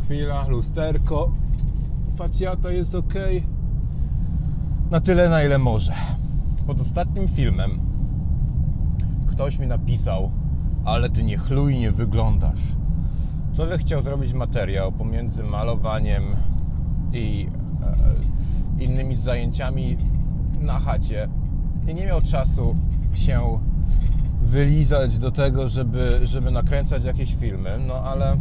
Chwila, lusterko. Facjata jest ok. Na tyle, na ile może. Pod ostatnim filmem ktoś mi napisał: ale ty niechlujnie wyglądasz. Człowiek chciał zrobić materiał pomiędzy malowaniem i innymi zajęciami na chacie i nie miał czasu się wylizać do tego, żeby nakręcać jakieś filmy. No ale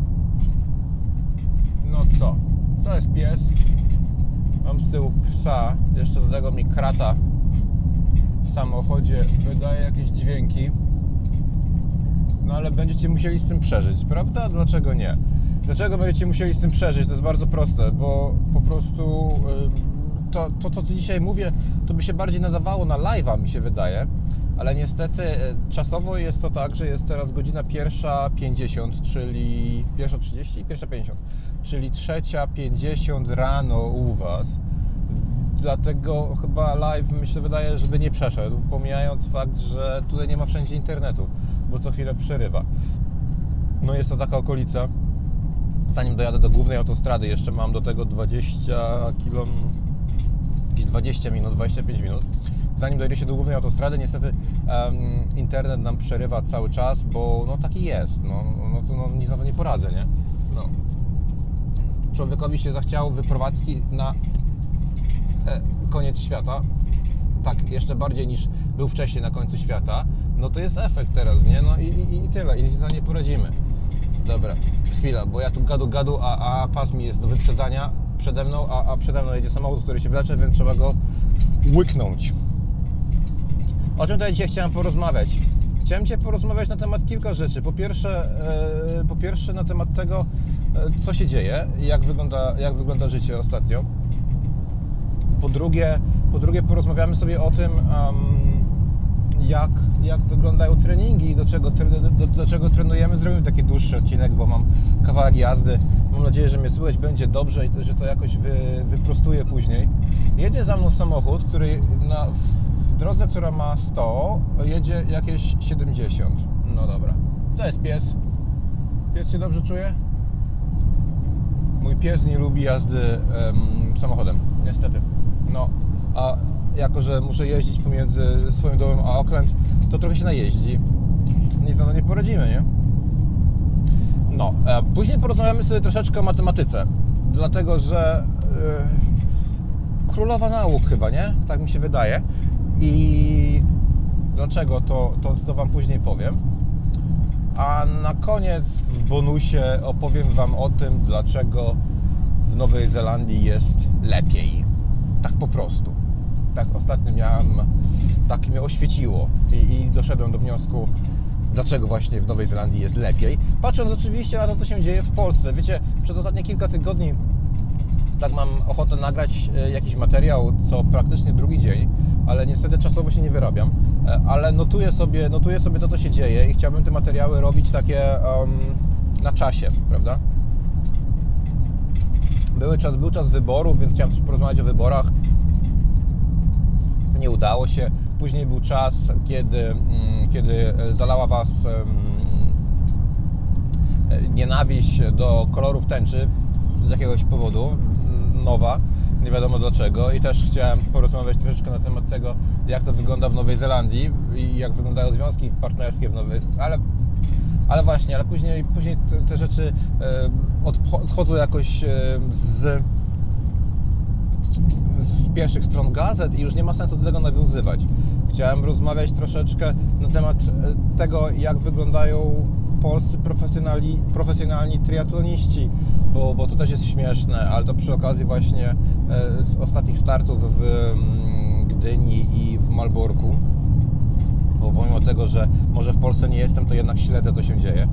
no co? To jest pies. Mam z tyłu psa. Jeszcze do tego mi krata w samochodzie wydaje jakieś dźwięki. No ale będziecie musieli z tym przeżyć, prawda? Dlaczego nie? Dlaczego będziecie musieli z tym przeżyć? To jest bardzo proste, bo po prostu to co dzisiaj mówię, to by się bardziej nadawało na live'a, mi się wydaje. Ale niestety czasowo jest to tak, że jest teraz godzina 1:50, czyli 1:30 i 1:50, czyli 3:50 rano u Was. Dlatego chyba live, mi się wydaje, żeby nie przeszedł, pomijając fakt, że tutaj nie ma wszędzie internetu, bo co chwilę przerywa. No jest to taka okolica. Zanim dojadę do głównej autostrady, jeszcze mam do tego 20 minut, 25 minut. Zanim dojdzie się do głównej autostrady, niestety internet nam przerywa cały czas, bo no taki jest, nic na to nie poradzę, nie? No. Człowiekowi się zachciało wyprowadzki na koniec świata, tak jeszcze bardziej niż był wcześniej na końcu świata, no to jest efekt teraz, nie? No i tyle, i nic na nie poradzimy. Dobra, chwila, bo ja tu gadu, a pas mi jest do wyprzedzania przede mną, a przede mną jedzie samochód, który się wlecze, więc trzeba go łyknąć. O czym tutaj dzisiaj chciałem porozmawiać? Chciałem Cię porozmawiać na temat kilka rzeczy. Po pierwsze na temat tego, co się dzieje, jak wygląda życie ostatnio. Po drugie porozmawiamy sobie o tym, jak wyglądają treningi i do czego trenujemy. Zrobimy taki dłuższy odcinek, bo mam kawałek jazdy. Mam nadzieję, że mnie słychać będzie dobrze i że to jakoś wyprostuję później. Jedzie za mną samochód, który w drodze, która ma 100, jedzie jakieś 70. No dobra. To jest pies. Pies się dobrze czuje? Mój pies nie lubi jazdy samochodem, niestety. No, a jako że muszę jeździć pomiędzy swoim domem a Oakland, to trochę się najeździ. Nic na to nie poradzimy, nie? No, później porozmawiamy sobie troszeczkę o matematyce, dlatego że królowa nauk chyba, nie? Tak mi się wydaje. I dlaczego, to Wam później powiem. A na koniec w bonusie opowiem Wam o tym, dlaczego w Nowej Zelandii jest lepiej. Tak po prostu. Tak ostatnio tak mnie oświeciło i doszedłem do wniosku, dlaczego właśnie w Nowej Zelandii jest lepiej. Patrząc oczywiście na to, co się dzieje w Polsce. Wiecie, przez ostatnie kilka tygodni tak mam ochotę nagrać jakiś materiał co praktycznie drugi dzień, ale niestety czasowo się nie wyrabiam. Ale notuję sobie to, co się dzieje i chciałbym te materiały robić takie na czasie, prawda? Był czas wyborów, więc chciałem też porozmawiać o wyborach. Nie udało się. Później był czas, kiedy zalała Was nienawiść do kolorów tęczy z jakiegoś powodu, nowa, nie wiadomo dlaczego, i też chciałem porozmawiać troszeczkę na temat tego, jak to wygląda w Nowej Zelandii i jak wyglądają związki partnerskie w Nowej, ale później te rzeczy odchodzą jakoś z pierwszych stron gazet i już nie ma sensu do tego nawiązywać. Chciałem rozmawiać troszeczkę na temat tego, jak wyglądają polscy profesjonalni triatloniści, bo to też jest śmieszne, ale to przy okazji właśnie z ostatnich startów w Gdyni i w Malborku, bo pomimo tego, że może w Polsce nie jestem, to jednak śledzę, co się dzieje.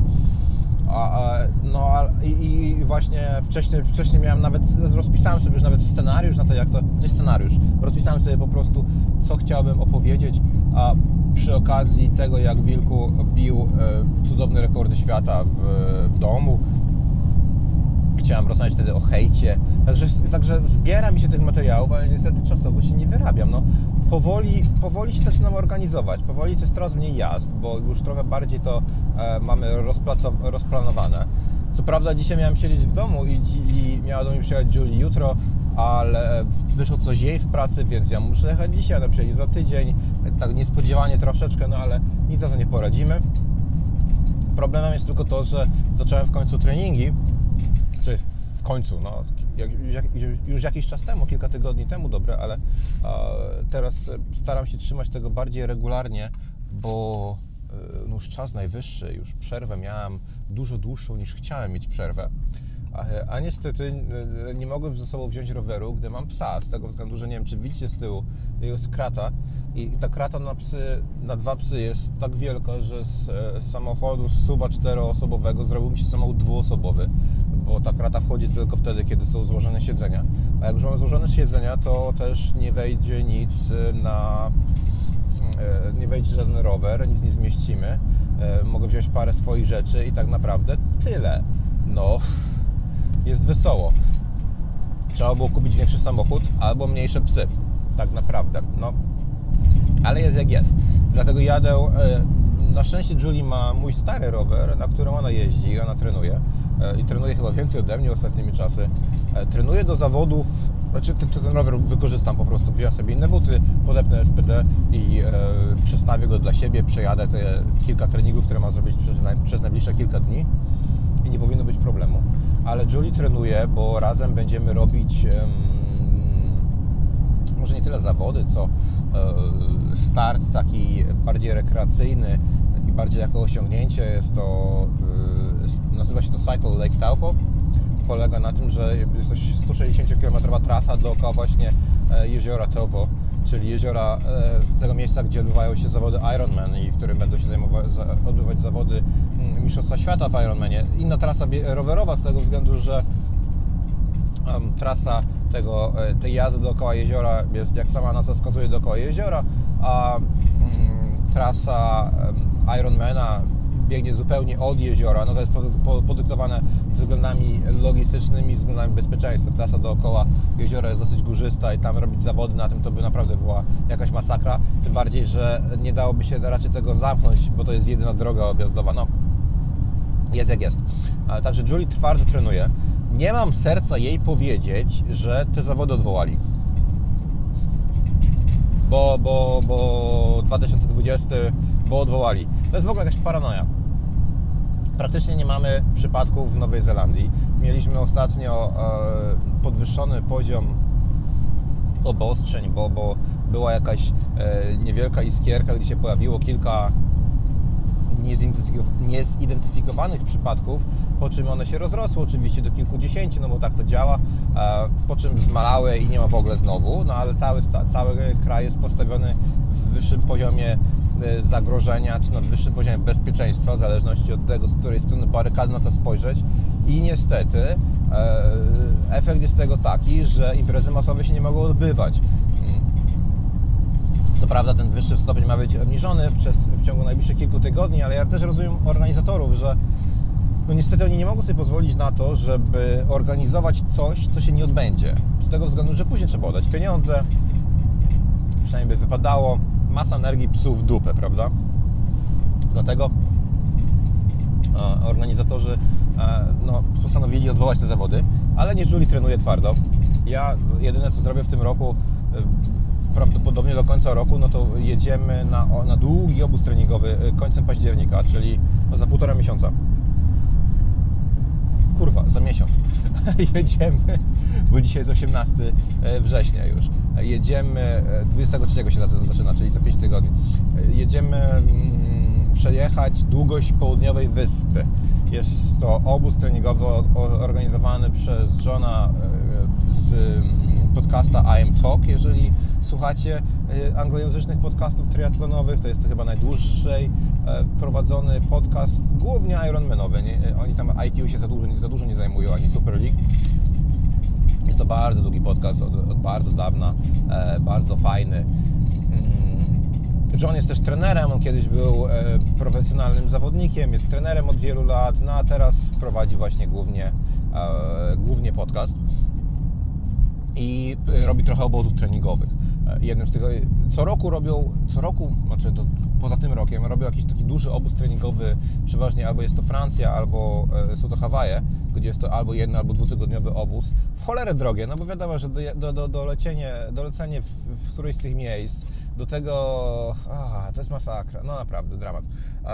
I właśnie wcześniej miałem rozpisałem sobie już nawet scenariusz na to, rozpisałem sobie po prostu, co chciałbym opowiedzieć, a przy okazji tego, jak Wilku bił cudowne rekordy świata w domu. Chciałem rozmawiać wtedy o hejcie, także zbiera mi się tych materiałów, ale niestety czasowo się nie wyrabiam. No, powoli się zaczynam organizować, powoli jest coraz mniej jazd, bo już trochę bardziej to mamy rozplanowane. Co prawda dzisiaj miałem siedzieć w domu i miała do mnie przyjechać Julie jutro, ale wyszło coś jej w pracy, więc ja muszę jechać dzisiaj, ona przyjedzie za tydzień, tak niespodziewanie troszeczkę, no ale nic na to nie poradzimy. Problemem jest tylko to, że zacząłem w końcu treningi, czyli w końcu, no już jakiś czas temu, kilka tygodni temu, dobre, ale teraz staram się trzymać tego bardziej regularnie, bo no już czas najwyższy, już przerwę miałem dużo dłuższą niż chciałem mieć przerwę, a niestety nie mogłem ze sobą wziąć roweru, gdy mam psa, z tego względu, że nie wiem, czy widzicie z tyłu, jest krata i ta krata na dwa psy jest tak wielka, że z samochodu z SUV-a 4-osobowego zrobił mi się samochód 2-osobowy, bo ta krata wchodzi tylko wtedy, kiedy są złożone siedzenia, a jak już mamy złożone siedzenia, to też nie wejdzie nic nie wejdzie żaden rower, nic nie zmieścimy, mogę wziąć parę swoich rzeczy i tak naprawdę tyle. No, jest wesoło. Trzeba było kupić większy samochód albo mniejsze psy, tak naprawdę, no, ale jest jak jest. Dlatego jadę, na szczęście Julie ma mój stary rower, na którym ona jeździ i ona trenuje i trenuje chyba więcej ode mnie ostatnimi czasy. Trenuje do zawodów, znaczy ten rower wykorzystam po prostu, wziąłem sobie inne buty, podepnę SPD i przestawię go dla siebie, przejadę te kilka treningów, które mam zrobić przez najbliższe kilka dni i nie powinno być problemu. Ale Julie trenuje, bo razem będziemy robić może nie tyle zawody, co start taki bardziej rekreacyjny i bardziej jako osiągnięcie. Jest to, nazywa się to Cycle Lake Taupo. Polega na tym, że jest to 160-km trasa dookoła właśnie jeziora Taupo, czyli jeziora tego miejsca, gdzie odbywają się zawody Ironman i w którym będą się odbywać zawody Mistrzostwa Świata w Ironmanie. Inna trasa rowerowa z tego względu, że trasa tej jazdy dookoła jeziora jest, jak sama nazwa wskazuje, dookoła jeziora, a trasa Ironmana biegnie zupełnie od jeziora. No to jest podyktowane względami logistycznymi, względami bezpieczeństwa. Trasa dookoła jeziora jest dosyć górzysta i tam robić zawody na tym to by naprawdę była jakaś masakra. Tym bardziej, że nie dałoby się raczej tego zamknąć, bo to jest jedyna droga objazdowa. No, jest jak jest. Także Julie twardo trenuje. Nie mam serca jej powiedzieć, że te zawody odwołali. Bo 2020, bo odwołali. To jest w ogóle jakaś paranoja. Praktycznie nie mamy przypadków w Nowej Zelandii. Mieliśmy ostatnio podwyższony poziom obostrzeń, bo była jakaś niewielka iskierka, gdzie się pojawiło kilka niezidentyfikowanych przypadków, po czym one się rozrosły oczywiście do kilkudziesięciu, no bo tak to działa, po czym zmalały i nie ma w ogóle znowu, no ale cały kraj jest postawiony w wyższym poziomie zagrożenia, czy na wyższym poziomie bezpieczeństwa, w zależności od tego, z której strony barykady na to spojrzeć i niestety efekt jest tego taki, że imprezy masowe się nie mogą odbywać. Co prawda ten wyższy stopień ma być obniżony w ciągu najbliższych kilku tygodni, ale ja też rozumiem organizatorów, że no niestety oni nie mogą sobie pozwolić na to, żeby organizować coś, co się nie odbędzie. Z tego względu, że później trzeba oddać pieniądze, przynajmniej by wypadało, masa energii psów w dupę, prawda? Dlatego organizatorzy postanowili odwołać te zawody, ale nie Julie trenuje twardo. Ja jedyne co zrobię w tym roku, prawdopodobnie do końca roku, no to jedziemy na długi obóz treningowy końcem października, czyli za 1,5 miesiąca. Kurwa, za miesiąc. Jedziemy, bo dzisiaj jest 18 września już. Jedziemy, 23 się zaczyna, czyli za 5 tygodni. Jedziemy przejechać długość południowej wyspy. Jest to obóz treningowy organizowany przez Johna z podcasta I Am Talk. Jeżeli słuchacie anglojęzycznych podcastów triathlonowych, to jest to chyba najdłuższy prowadzony podcast, głównie Ironmanowy. Oni tam ITU się za dużo nie zajmują, ani Super League. Jest to bardzo długi podcast od bardzo dawna, bardzo fajny. John jest też trenerem, on kiedyś był profesjonalnym zawodnikiem, jest trenerem od wielu lat, no a teraz prowadzi właśnie głównie podcast i robi trochę obozów treningowych. jednym z tych, co roku, znaczy poza tym rokiem robią jakiś taki duży obóz treningowy, przeważnie albo jest to Francja, albo są to Hawaje, gdzie jest to albo jedno, albo dwutygodniowy obóz. W cholerę drogie, no bo wiadomo, że dolecenie w którejś z tych miejsc, do tego, to jest masakra, no naprawdę, dramat.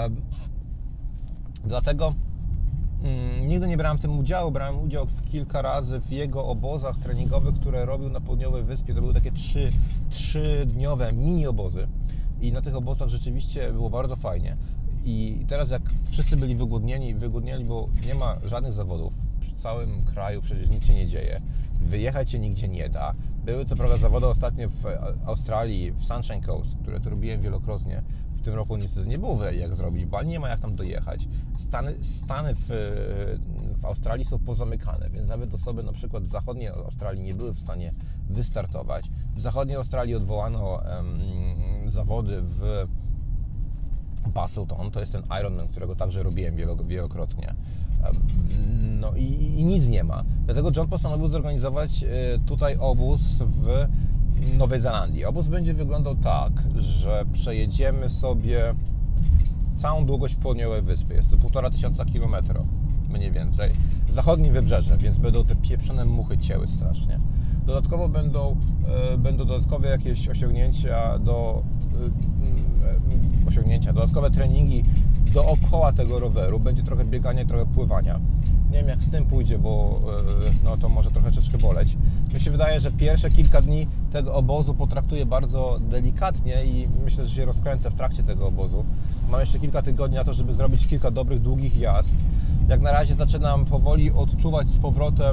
Dlatego nigdy nie brałem w tym udziału, brałem udział kilka razy w jego obozach treningowych, które robił na Południowej Wyspie. To były takie 3-dniowe mini obozy i na tych obozach rzeczywiście było bardzo fajnie. I teraz jak wszyscy byli wygłodnieli, bo nie ma żadnych zawodów w całym kraju, przecież nic się nie dzieje, wyjechać się nigdzie nie da. Były co prawda zawody ostatnio w Australii, w Sunshine Coast, które to robiłem wielokrotnie. W tym roku niestety nie było jak zrobić, bo nie ma jak tam dojechać. Stany w Australii są pozamykane, więc nawet osoby na przykład z zachodniej Australii nie były w stanie wystartować. W zachodniej Australii odwołano zawody w Busselton, to jest ten Ironman, którego także robiłem wielokrotnie. No i nic nie ma. Dlatego John postanowił zorganizować tutaj obóz w Nowej Zelandii. Obóz będzie wyglądał tak, że przejedziemy sobie całą długość Południowej Wyspy. Jest to 1500 km mniej więcej. Zachodnie wybrzeże, więc będą te pieprzone muchy cięły strasznie. Dodatkowo będą dodatkowe jakieś dodatkowe treningi dookoła tego roweru. Będzie trochę biegania, trochę pływania. Nie wiem jak z tym pójdzie, bo to może troszeczkę boleć. Mi się wydaje, że pierwsze kilka dni tego obozu potraktuję bardzo delikatnie i myślę, że się rozkręcę w trakcie tego obozu. Mam jeszcze kilka tygodni na to, żeby zrobić kilka dobrych, długich jazd. Jak na razie zaczynam powoli odczuwać z powrotem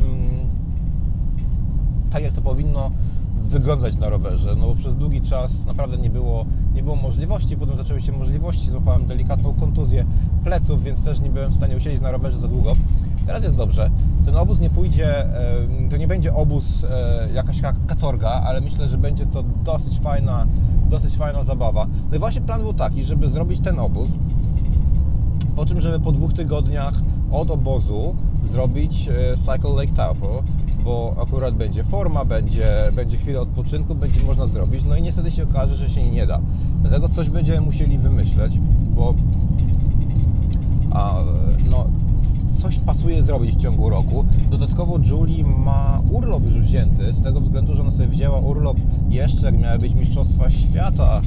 tak, jak to powinno wyglądać na rowerze, no bo przez długi czas naprawdę nie było możliwości, potem zaczęły się możliwości, złapałem delikatną kontuzję pleców, więc też nie byłem w stanie usiedzieć na rowerze za długo. Teraz jest dobrze. Ten obóz nie pójdzie, to nie będzie obóz jakaś katorga, ale myślę, że będzie to dosyć fajna zabawa. No i właśnie plan był taki, żeby zrobić ten obóz, po czym żeby po 2 tygodniach od obozu zrobić Cycle Lake Taupo, bo akurat będzie forma, będzie chwila odpoczynku, będzie można zrobić, no i niestety się okaże, że się nie da. Dlatego coś będziemy musieli wymyśleć, bo coś pasuje zrobić w ciągu roku. Dodatkowo Julie ma urlop już wzięty, z tego względu, że ona sobie wzięła urlop jeszcze jak miały być Mistrzostwa Świata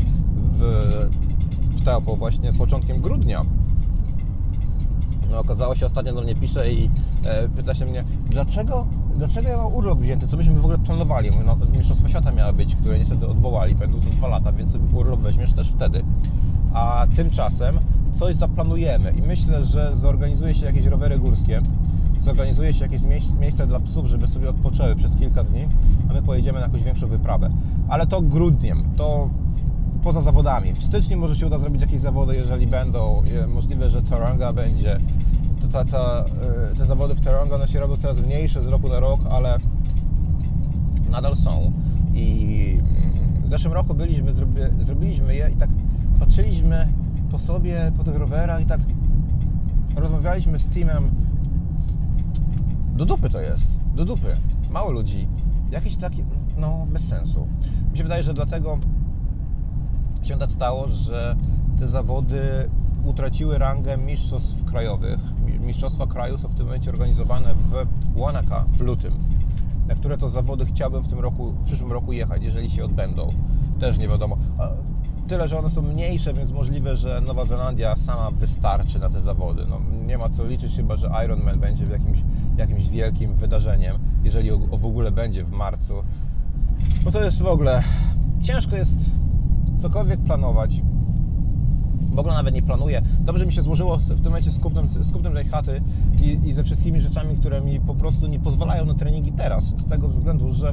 w Taupo właśnie początkiem grudnia. No, okazało się, ostatnio do mnie pisze i pyta się mnie, dlaczego ja mam urlop wzięty, co byśmy w ogóle planowali? Mówię, no Mistrzostwa Świata miały być, które niestety odwołali, będą za 2 lata, więc sobie urlop weźmiesz też wtedy. A tymczasem coś zaplanujemy i myślę, że zorganizuje się jakieś rowery górskie, zorganizuje się jakieś miejsce dla psów, żeby sobie odpoczęły przez kilka dni, a my pojedziemy na jakąś większą wyprawę. Ale to grudniem, to poza zawodami. W styczniu może się uda zrobić jakieś zawody, jeżeli będą. Możliwe, że Taronga będzie. Te zawody w Taronga, one się robią coraz mniejsze z roku na rok, ale nadal są. I w zeszłym roku zrobiliśmy je i tak patrzyliśmy po sobie, po tych rowerach i tak rozmawialiśmy z teamem. Do dupy to jest, do dupy. Mało ludzi. Jakiś taki, bez sensu. Mi się wydaje, że dlatego się tak stało, że te zawody utraciły rangę mistrzostw krajowych. Mistrzostwa kraju są w tym momencie organizowane w Wanaka w lutym, na które to zawody chciałbym w przyszłym roku jechać, jeżeli się odbędą. Też nie wiadomo. Tyle, że one są mniejsze, więc możliwe, że Nowa Zelandia sama wystarczy na te zawody. Nie ma co liczyć, chyba że Ironman będzie jakimś wielkim wydarzeniem, jeżeli w ogóle będzie w marcu. Bo to jest w ogóle ciężko jest cokolwiek planować. W ogóle nawet nie planuję. Dobrze mi się złożyło w tym momencie z kupnem tej chaty i ze wszystkimi rzeczami, które mi po prostu nie pozwalają na treningi teraz. Z tego względu, że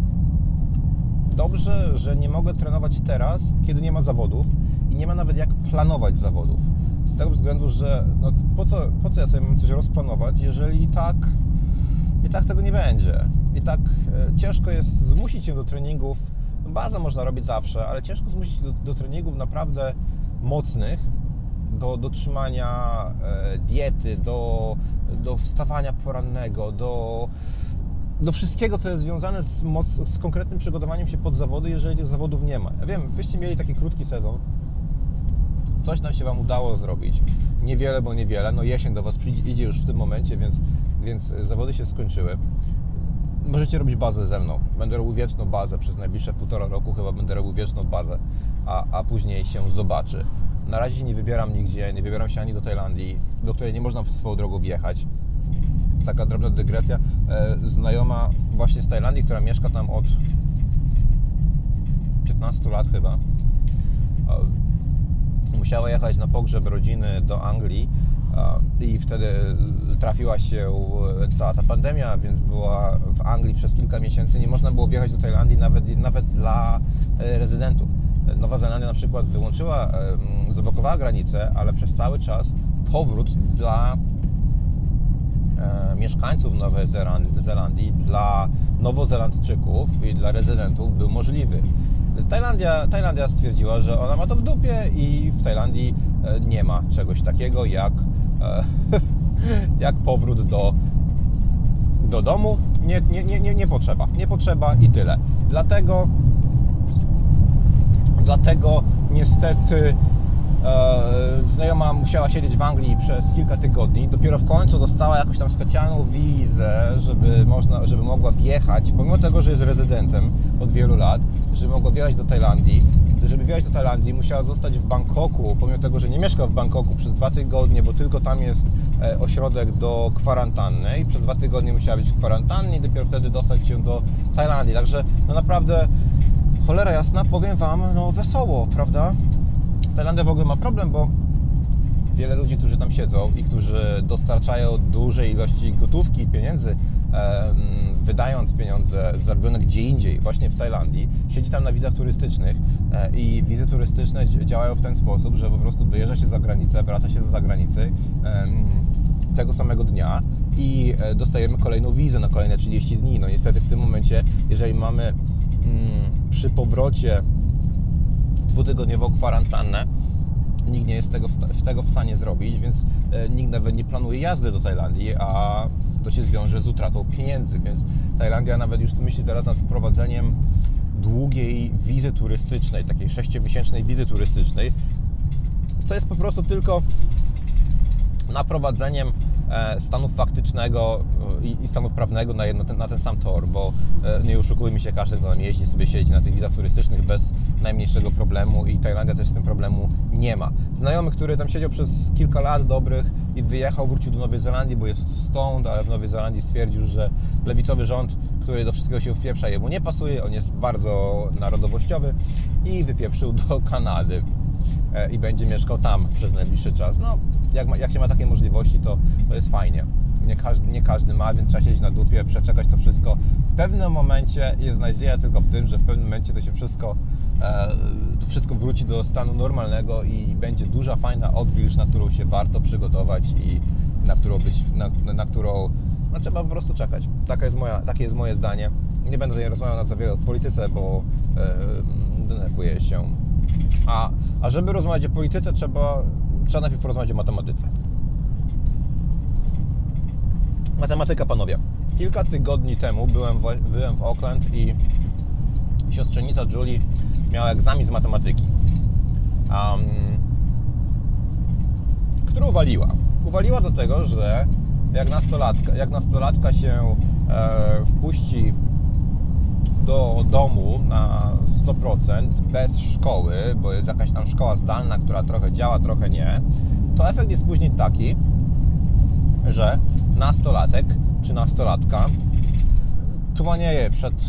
dobrze, że nie mogę trenować teraz, kiedy nie ma zawodów i nie ma nawet jak planować zawodów. Z tego względu, że po co ja sobie mam coś rozplanować, jeżeli i tak tego nie będzie. I tak ciężko jest zmusić się do treningów. Bazę można robić zawsze, ale ciężko zmusić do treningów naprawdę mocnych, do trzymania diety, do wstawania porannego, do do wszystkiego, co jest związane z konkretnym przygotowaniem się pod zawody, jeżeli tych zawodów nie ma. Ja wiem, wyście mieli taki krótki sezon, coś nam się Wam udało zrobić, niewiele, bo niewiele, no jesień do Was idzie już w tym momencie, więc zawody się skończyły. Możecie robić bazę ze mną, będę robił wieczną bazę, przez najbliższe 1,5 roku chyba będę robił wieczną bazę, a później się zobaczy. Na razie się nie wybieram nigdzie, nie wybieram się ani do Tajlandii, do której nie można swoją drogą wjechać. Taka drobna dygresja, znajoma właśnie z Tajlandii, która mieszka tam od 15 lat chyba, musiała jechać na pogrzeb rodziny do Anglii i wtedy trafiła się cała ta pandemia, więc była w Anglii przez kilka miesięcy. Nie można było wjechać do Tajlandii nawet dla rezydentów. Nowa Zelandia na przykład wyłączyła, zablokowała granicę, ale przez cały czas powrót dla mieszkańców Nowej Zelandii, dla Nowozelandczyków i dla rezydentów był możliwy. Tajlandia stwierdziła, że ona ma to w dupie i w Tajlandii nie ma czegoś takiego jak powrót do domu. Nie potrzeba i tyle. Dlatego niestety znajoma musiała siedzieć w Anglii przez kilka tygodni. Dopiero w końcu dostała jakąś tam specjalną wizę, żeby mogła wjechać, pomimo tego, że jest rezydentem od wielu lat, żeby mogła wjechać do Tajlandii. Żeby wjechać do Tajlandii, musiała zostać w Bangkoku, pomimo tego, że nie mieszka w Bangkoku przez 2 tygodnie, bo tylko tam jest ośrodek do kwarantanny i przez 2 tygodnie musiała być w kwarantannie i dopiero wtedy dostać się do Tajlandii. Także no naprawdę, cholera jasna, powiem Wam, no wesoło, prawda? Tajlandia w ogóle ma problem, bo wiele ludzi, którzy tam siedzą i którzy dostarczają duże ilości gotówki, pieniędzy, wydając pieniądze zarobione gdzie indziej, właśnie w Tajlandii, siedzi tam na wizach turystycznych i wizy turystyczne działają w ten sposób, że po prostu wyjeżdża się za granicę, wraca się z zagranicy tego samego dnia i dostajemy kolejną wizę na kolejne 30 dni. No niestety w tym momencie, jeżeli mamy przy powrocie 2-tygodniową kwarantannę, nikt nie jest tego w stanie zrobić, więc nikt nawet nie planuje jazdy do Tajlandii, a to się wiąże z utratą pieniędzy, więc Tajlandia nawet już myśli teraz nad wprowadzeniem długiej wizy turystycznej, takiej 6-miesięcznej wizy turystycznej, co jest po prostu tylko naprowadzeniem stanu faktycznego i stanu prawnego na ten sam tor, bo nie oszukujmy się, każdy, kto tam jeździ, sobie siedzi na tych wizach turystycznych bez najmniejszego problemu i Tajlandia też z tym problemu nie ma. Znajomy, który tam siedział przez kilka lat dobrych i wyjechał, wrócił do Nowej Zelandii, bo jest stąd, ale w Nowej Zelandii stwierdził, że lewicowy rząd, który do wszystkiego się wpieprza, jemu nie pasuje, on jest bardzo narodowościowy i wypieprzył do Kanady i będzie mieszkał tam przez najbliższy czas. No, jak się ma takie możliwości, to jest fajnie. Nie każdy ma, więc trzeba siedzieć na dupie, przeczekać to wszystko. W pewnym momencie jest nadzieja tylko w tym, że w pewnym momencie to wszystko wróci do stanu normalnego i będzie duża, fajna odwilż, na którą się warto przygotować i na którą no, trzeba po prostu czekać. Takie jest moje zdanie. Nie będę tutaj rozmawiał za wiele o polityce, bo denerwuję się. A żeby rozmawiać o polityce, trzeba najpierw porozmawiać o matematyce. Matematyka, panowie. Kilka tygodni temu byłem w Auckland i siostrzenica Julie miała egzamin z matematyki, którą uwaliła. Uwaliła do tego, że jak nastolatka się wpuści do domu na 100% bez szkoły, bo jest jakaś tam szkoła zdalna, która trochę działa, trochę nie, to efekt jest później taki, że nastolatek czy nastolatka tumanieje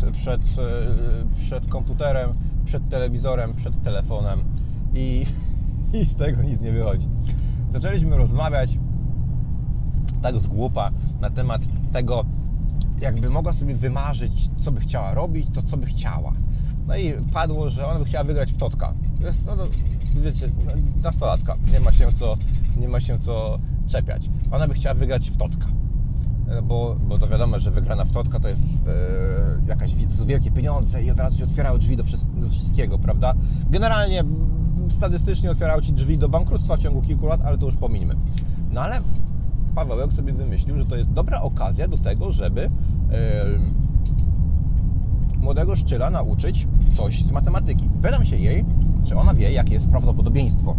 przed komputerem, przed telewizorem, przed telefonem i z tego nic nie wychodzi. Zaczęliśmy rozmawiać tak z głupa na temat tego, jakby mogła sobie wymarzyć, co by chciała robić, to co by chciała. No i padło, że ona by chciała wygrać w totka. Jest, no to, wiecie, nastolatka, nie ma się co czepiać. Ona by chciała wygrać w totka. Bo to wiadomo, że wygrana w totka to jest wielkie pieniądze i od razu ci otwierają drzwi do wszystkiego, prawda? Generalnie statystycznie otwierają ci drzwi do bankructwa w ciągu kilku lat, ale to już pomińmy. No ale Pawełek sobie wymyślił, że to jest dobra okazja do tego, żeby młodego szczyla nauczyć coś z matematyki. Pytam się jej, czy ona wie, jakie jest prawdopodobieństwo.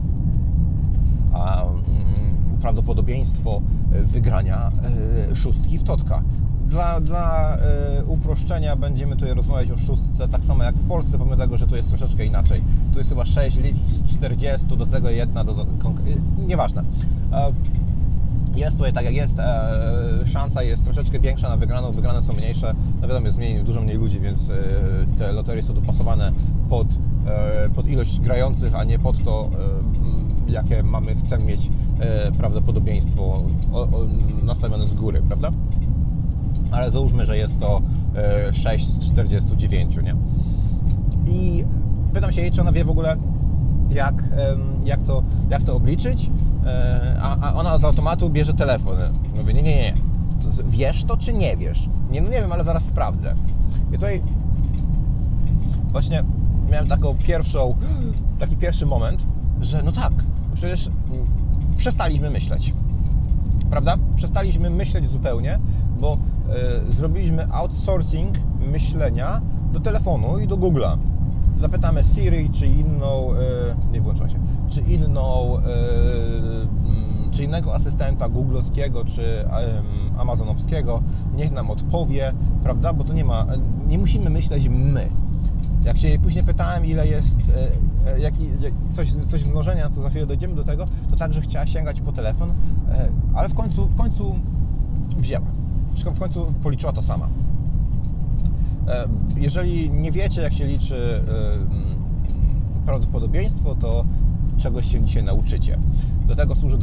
Prawdopodobieństwo wygrania szóstki w totka. Dla uproszczenia będziemy tutaj rozmawiać o szóstce tak samo jak w Polsce, pomimo tego, że to jest troszeczkę inaczej. Tu jest chyba 6 liczb z 40, do tego jedna, nieważne. Jest tutaj tak jak jest, szansa jest troszeczkę większa na wygraną, wygrane są mniejsze, no wiadomo, jest dużo mniej ludzi, więc te loterie są dopasowane pod ilość grających, a nie pod to, jakie chcemy mieć prawdopodobieństwo nastawione z góry, prawda? Ale załóżmy, że jest to 6 z 49, nie? I pytam się jej, czy ona wie w ogóle, jak to obliczyć, a ona z automatu bierze telefon. Mówię, nie. Wiesz to, czy nie wiesz? Nie wiem, ale zaraz sprawdzę. I tutaj właśnie miałem taki pierwszy moment, że no tak, przecież przestaliśmy myśleć. Prawda? Przestaliśmy myśleć zupełnie, bo zrobiliśmy outsourcing myślenia do telefonu i do Google'a. Zapytamy Siri, czy inną, nie włączyła się, czy innego asystenta googlowskiego, czy amazonowskiego, niech nam odpowie, prawda? Bo to nie musimy myśleć my. Jak się jej później pytałem, ile jest coś mnożenia, to za chwilę dojdziemy do tego, to także chciała sięgać po telefon, ale w końcu wzięła. W końcu policzyła to sama. Jeżeli nie wiecie, jak się liczy prawdopodobieństwo, to czegoś się dzisiaj nauczycie. Do tego służy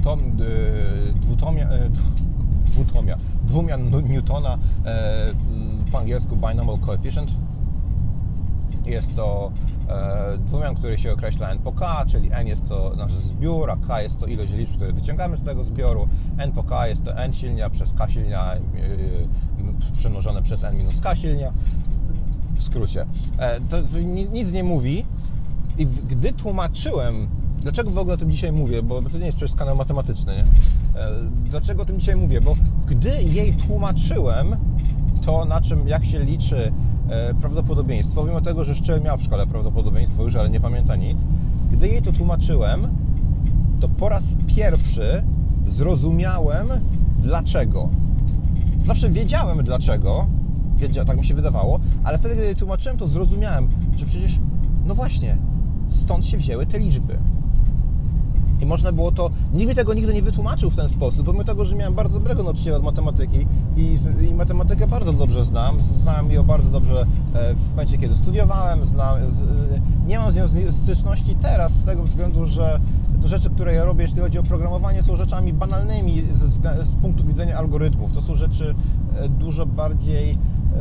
dwumian Newtona, po angielsku binomial coefficient. Jest to dwumian, który się określa n po k, czyli n jest to nasz zbiór, a k jest to ilość liczb, które wyciągamy z tego zbioru. N po k jest to n silnia przez k silnia przemnożone przez n minus k silnia. W skrócie. To nic nie mówi. I gdy tłumaczyłem, dlaczego w ogóle o tym dzisiaj mówię, bo to nie jest przecież kanał matematyczny, nie? Dlaczego o tym dzisiaj mówię? Bo gdy jej tłumaczyłem to, jak się liczy prawdopodobieństwo, mimo tego, że Szczyl miał w szkole prawdopodobieństwo już, ale nie pamięta nic, gdy jej to tłumaczyłem, to po raz pierwszy zrozumiałem dlaczego. Zawsze wiedziałem dlaczego, tak mi się wydawało, ale wtedy, gdy jej tłumaczyłem, to zrozumiałem, że przecież, no właśnie, stąd się wzięły te liczby. I można było to, nikt mi tego nigdy nie wytłumaczył w ten sposób, pomimo tego, że miałem bardzo dobrego nauczyciela od matematyki i matematykę bardzo dobrze znałem ją bardzo dobrze w momencie, kiedy studiowałem, nie mam z nią styczności teraz, z tego względu, że rzeczy, które ja robię, jeśli chodzi o programowanie, są rzeczami banalnymi z punktu widzenia algorytmów. To są rzeczy dużo bardziej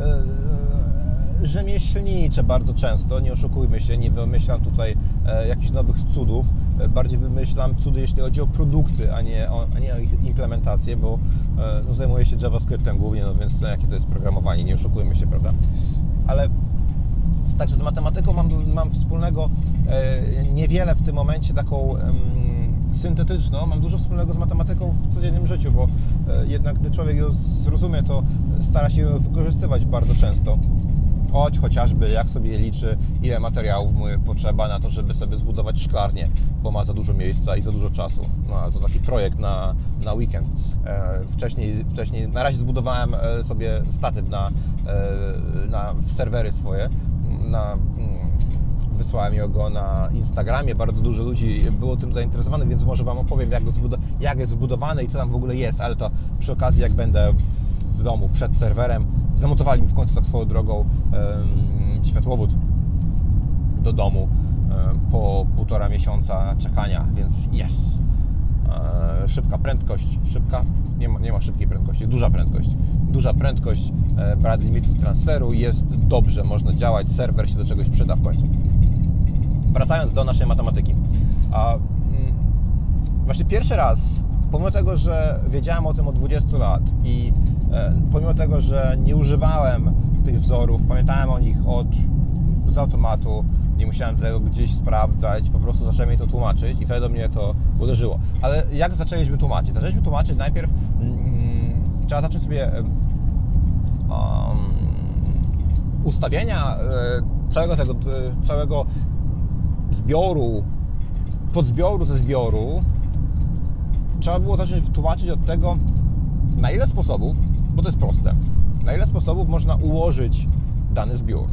rzemieślnicze bardzo często, nie oszukujmy się, nie wymyślam tutaj jakichś nowych cudów, bardziej wymyślam cudy, jeśli chodzi o produkty, a nie o ich implementację, bo zajmuję się JavaScriptem głównie, no więc jakie to jest programowanie, nie oszukujmy się, prawda? Ale także z matematyką mam wspólnego niewiele w tym momencie, taką syntetyczną, mam dużo wspólnego z matematyką w codziennym życiu, bo jednak gdy człowiek ją zrozumie, to stara się ją wykorzystywać bardzo często. Chociażby jak sobie liczy, ile materiałów mu potrzeba na to, żeby sobie zbudować szklarnię, bo ma za dużo miejsca i za dużo czasu. No, ale to taki projekt na weekend. Wcześniej na razie zbudowałem sobie statyw na serwery swoje. Wysłałem go na Instagramie, bardzo dużo ludzi było tym zainteresowanych, więc może Wam opowiem, jak jest zbudowany i co tam w ogóle jest, ale to przy okazji, jak będę w domu przed serwerem. Zamontowali mi w końcu tak swoją drogą światłowód do domu po 1,5 miesiąca czekania, więc jest. Szybka prędkość, nie ma szybkiej prędkości, duża prędkość, brak limitu transferu, jest dobrze, można działać, serwer się do czegoś przyda w końcu. Wracając do naszej matematyki. Właśnie pierwszy raz, pomimo tego, że wiedziałem o tym od 20 lat i pomimo tego, że nie używałem tych wzorów, pamiętałem o nich z automatu, nie musiałem tego gdzieś sprawdzać, po prostu zacząłem jej to tłumaczyć i wtedy do mnie to uderzyło. Ale jak zaczęliśmy tłumaczyć? Zaczęliśmy tłumaczyć najpierw, trzeba zacząć sobie ustawienia całego zbioru, podzbioru ze zbioru trzeba było zacząć tłumaczyć od tego, na ile sposobów, bo to jest proste, na ile sposobów można ułożyć dany zbiór.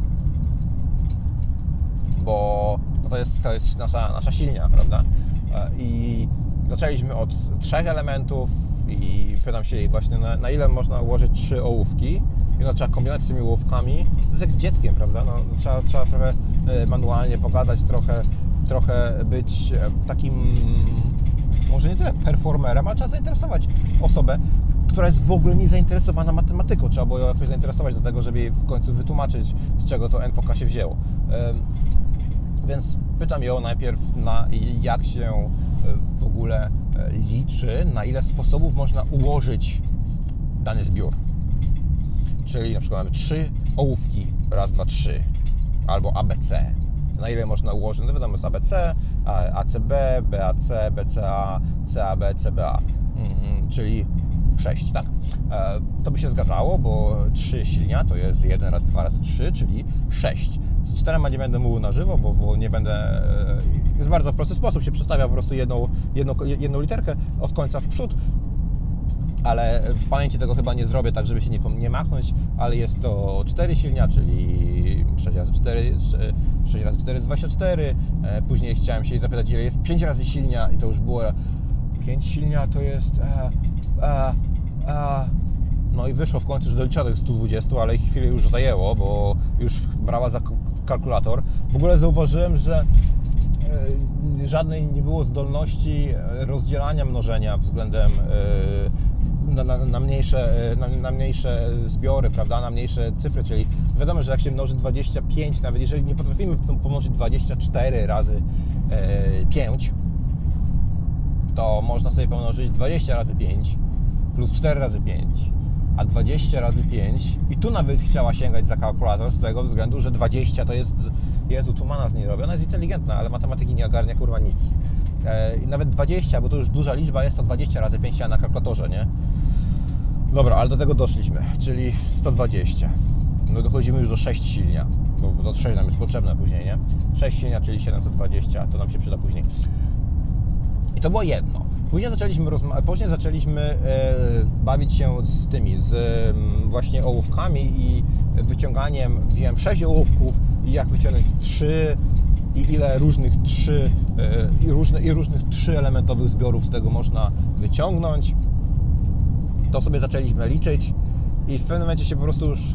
Bo no to jest nasza silnia, prawda? I zaczęliśmy od 3 elementów i pytam się jej właśnie, na ile można ułożyć 3 ołówki. I no, trzeba kombinować z tymi ołówkami. To jest jak z dzieckiem, prawda? No, trzeba trochę manualnie pogadać, trochę być takim, może nie tyle performerem, ale trzeba zainteresować osobę, która jest w ogóle nie zainteresowana matematyką. Trzeba było ją jakoś zainteresować do tego, żeby jej w końcu wytłumaczyć, z czego to NPK się wzięło. Więc pytam ją najpierw, jak się w ogóle liczy, na ile sposobów można ułożyć dany zbiór. Czyli na przykład mamy 3 ołówki, raz, 2, 3, albo ABC. Na ile można ułożyć? No wiadomo, jest ABC, ACB, BAC, BCA, CAB, CBA, czyli 6, tak? To by się zgadzało, bo 3 silnia to jest 1 raz 2 razy 3, czyli 6. Z 4 nie będę mówił na żywo, bo nie będę... Jest bardzo prosty sposób, się przestawia po prostu jedną literkę od końca w przód, ale w pamięci tego chyba nie zrobię, tak żeby się nie machnąć, ale jest to 4 silnia, czyli 6 razy 4, 6 razy 4 jest 24, później chciałem się jej zapytać, ile jest 5 razy silnia i to już było 5 silnia to jest no i wyszło w końcu, że doliczyła do 120, ale chwilę już zajęło, bo już brała za kalkulator. W ogóle zauważyłem, że żadnej nie było zdolności rozdzielania mnożenia względem na mniejsze zbiory, prawda, na mniejsze cyfry, czyli wiadomo, że jak się mnoży 25, nawet jeżeli nie potrafimy pomnożyć 24 razy 5, to można sobie pomnożyć 20 razy 5 plus 4 razy 5, a 20 razy 5 i tu nawet chciała sięgać za kalkulator z tego względu, że 20 to jest, Jezu, tu mana z niej robi, ona jest inteligentna, ale matematyki nie ogarnia kurwa nic. I nawet 20, bo to już duża liczba, jest to 20 razy 5 na kalkulatorze, nie? Dobra, ale do tego doszliśmy, czyli 120. No dochodzimy już do 6 silnia, bo to 6 nam jest potrzebne później, nie? 6 silnia, czyli 720, to nam się przyda później. I to było jedno. Później zaczęliśmy bawić się z tymi, właśnie ołówkami i wyciąganiem, wiem, 6 ołówków i jak wyciągnąć 3 i ile różnych 3 elementowych zbiorów z tego można wyciągnąć. To sobie zaczęliśmy liczyć i w pewnym momencie się po prostu już